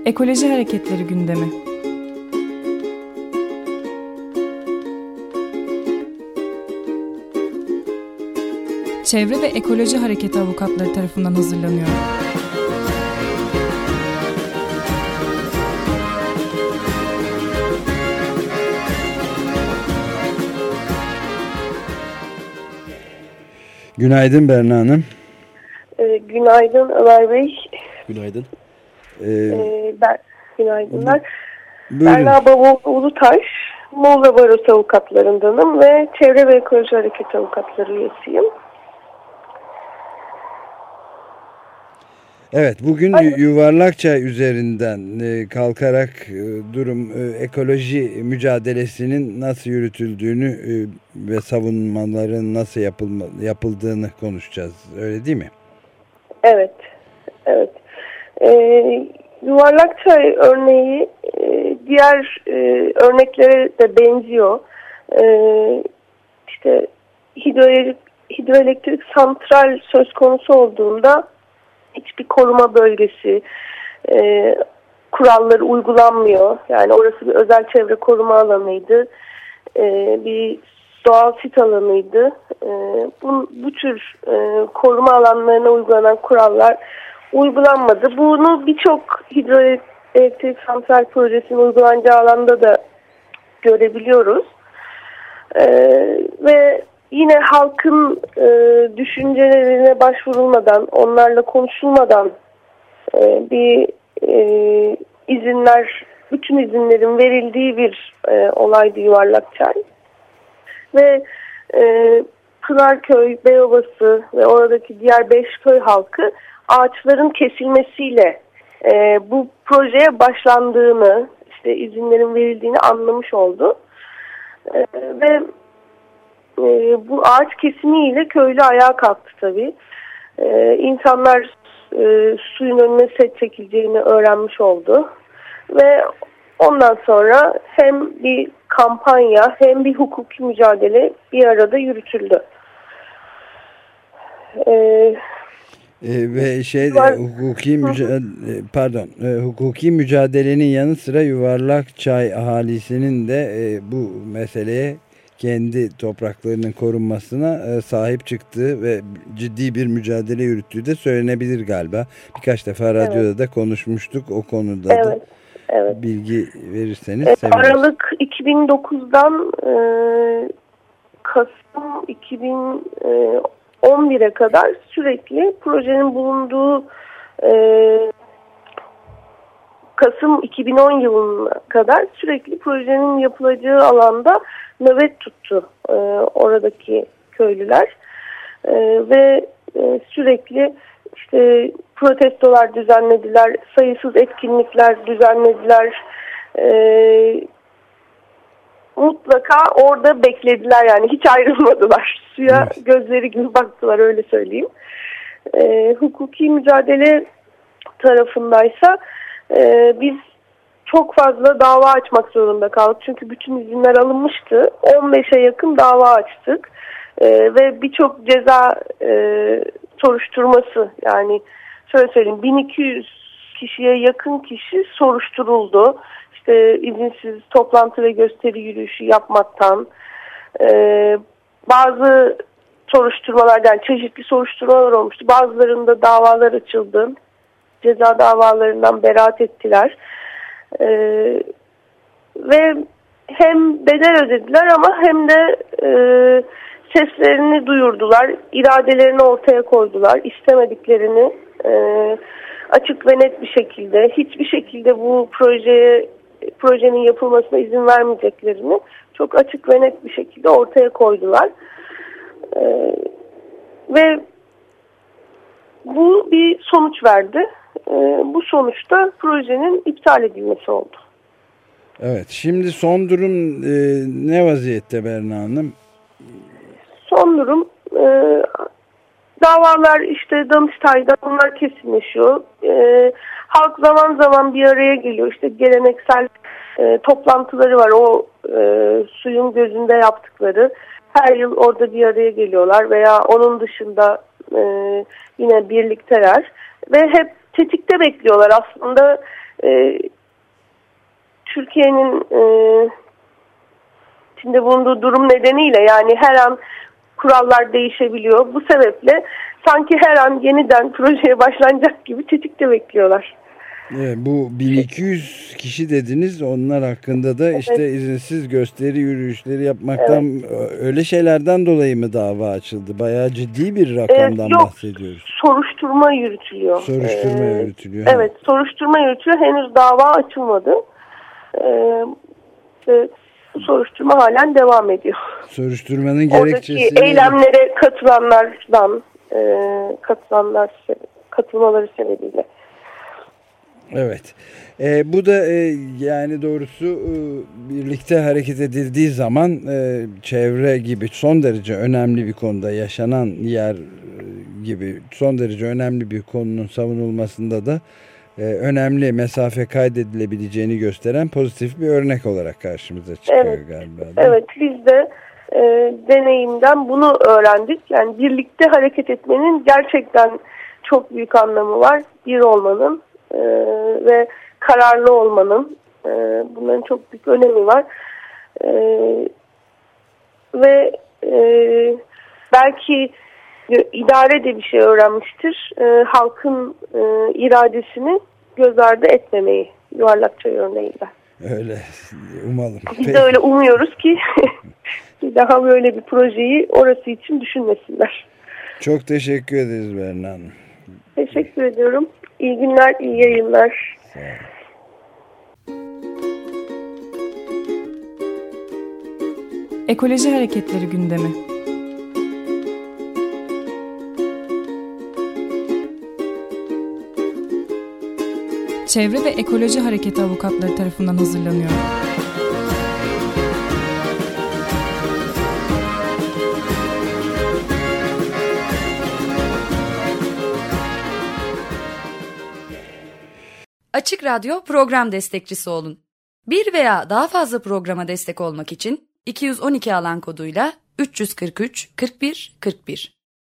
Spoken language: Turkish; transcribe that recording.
Ekoloji hareketleri gündemi. Çevre ve Ekoloji Hareketi avukatları tarafından hazırlanıyor. Günaydın Berna Hanım. Günaydın Ömer Bey. Günaydın. Günaydınlar. Buyurun. Berna Bavoğlu Ulutaş, Muğla Barosu avukatlarındanım ve Çevre ve Ekoloji Hareketi avukatları üyesiyim. Evet, bugün Yuvarlakçay üzerinden kalkarak ekoloji mücadelesinin nasıl yürütüldüğünü ve savunmaların nasıl yapıldığını konuşacağız. Öyle değil mi? Evet. Yuvarlakçay örneği diğer örneklere de benziyor. İşte hidroelektrik santral söz konusu olduğunda hiçbir koruma bölgesi, kuralları uygulanmıyor. Yani orası bir özel çevre koruma alanıydı. Bir doğal sit alanıydı. Bu tür koruma alanlarına uygulanan kurallar uygulanmadı. Bunu birçok hidroelektrik santral projesinin uygulanacağı alanda da görebiliyoruz. Ve yine halkın düşüncelerine başvurulmadan, onlarla konuşulmadan bütün izinlerin verildiği bir olaydı Yuvarlakçay. Ve Pınarköy, Beyovası ve oradaki diğer 5 köy halkı ağaçların kesilmesiyle bu projeye başlandığını, işte izinlerin verildiğini anlamış oldu. Ve bu ağaç kesimiyle köylü ayağa kalktı tabii. İnsanlar suyun önüne set çekileceğini öğrenmiş oldu. Ve ondan sonra hem bir kampanya hem bir hukuki mücadele bir arada yürütüldü. Ve hukuki mücadelenin yanı sıra Yuvarlakçay ahalisinin de bu meseleye kendi topraklarının korunmasına sahip çıktığı ve ciddi bir mücadele yürüttüğü de söylenebilir galiba. Birkaç defa radyoda da konuşmuştuk o konuda da. Evet. Bilgi verirseniz seviniriz. Aralık 2009'dan Kasım 2011'e kadar sürekli projenin bulunduğu Kasım 2010 yılına kadar sürekli projenin yapılacağı alanda nöbet tuttu oradaki köylüler. Ve sürekli işte protestolar düzenlediler, sayısız etkinlikler düzenlediler. Mutlaka orada beklediler, yani hiç ayrılmadılar. Suya gözleri gibi baktılar, öyle söyleyeyim. Hukuki mücadele tarafındaysa biz çok fazla dava açmak zorunda kaldık. Çünkü bütün izinler alınmıştı. 15'e yakın dava açtık. Ve birçok ceza soruşturması, yani şöyle söyleyeyim, 1200 kişiye yakın kişi soruşturuldu. İşte izinsiz toplantı ve gösteri yürüyüşü yapmaktan, bazı soruşturmalardan çeşitli soruşturmalar olmuştu. Bazılarında davalar açıldı. Ceza davalarından beraat ettiler. Ve hem bedel ödediler ama hem de seslerini duyurdular, iradelerini ortaya koydular, istemediklerini açık ve net bir şekilde, hiçbir şekilde bu projenin yapılmasına izin vermeyeceklerini çok açık ve net bir şekilde ortaya koydular. Ve bu bir sonuç verdi. Bu sonuçta projenin iptal edilmesi oldu. Evet, şimdi son durum ne vaziyette Berna Hanım? Son durum davalar işte Danıştay'da bunlar kesinleşiyor. Halk zaman zaman bir araya geliyor. İşte geleneksel toplantıları var. O suyun gözünde yaptıkları. Her yıl orada bir araya geliyorlar veya onun dışında yine birlikteler. Ve hep tetikte bekliyorlar aslında. Türkiye'nin içinde bulunduğu durum nedeniyle, yani her an kurallar değişebiliyor. Bu sebeple sanki her an yeniden projeye başlanacak gibi tetikte bekliyorlar. Evet, bu 1200 kişi dediniz, onlar hakkında da işte izinsiz gösteri yürüyüşleri yapmaktan, öyle şeylerden dolayı mı dava açıldı? Bayağı ciddi bir rakamdan bahsediyoruz. Soruşturma yürütülüyor. Soruşturma yürütülüyor. Evet, soruşturma yürütülüyor. Henüz dava açılmadı. Bu soruşturma halen devam ediyor. Soruşturmanın gerekçesi... Oradaki eylemlere katılmaları sebebiyle. Evet. Bu da yani doğrusu birlikte hareket edildiği zaman çevre gibi son derece önemli bir konuda, yaşanan yer gibi son derece önemli bir konunun savunulmasında da önemli mesafe kaydedilebileceğini gösteren pozitif bir örnek olarak karşımıza çıkıyor galiba. Evet, biz de deneyimden bunu öğrendik. Yani birlikte hareket etmenin gerçekten çok büyük anlamı var. Bir olmanın ve kararlı olmanın, bunların çok büyük önemi var. Ve belki idare de bir şey öğrenmiştir. Halkın iradesini göz ardı etmemeyi, Yuvarlakçay örneğiyle. Öyle, umalım. Biz de öyle umuyoruz ki bir daha böyle bir projeyi orası için düşünmesinler. Çok teşekkür ederiz Berna Hanım. Teşekkür ediyorum. İyi günler, iyi yayınlar. Sağ olun. Ekoloji hareketleri gündemi. Çevre ve Ekoloji Hareketi avukatları tarafından hazırlanıyor. Açık Radyo program destekçisi olun. Bir veya daha fazla programa destek olmak için 212 alan koduyla 343 41 41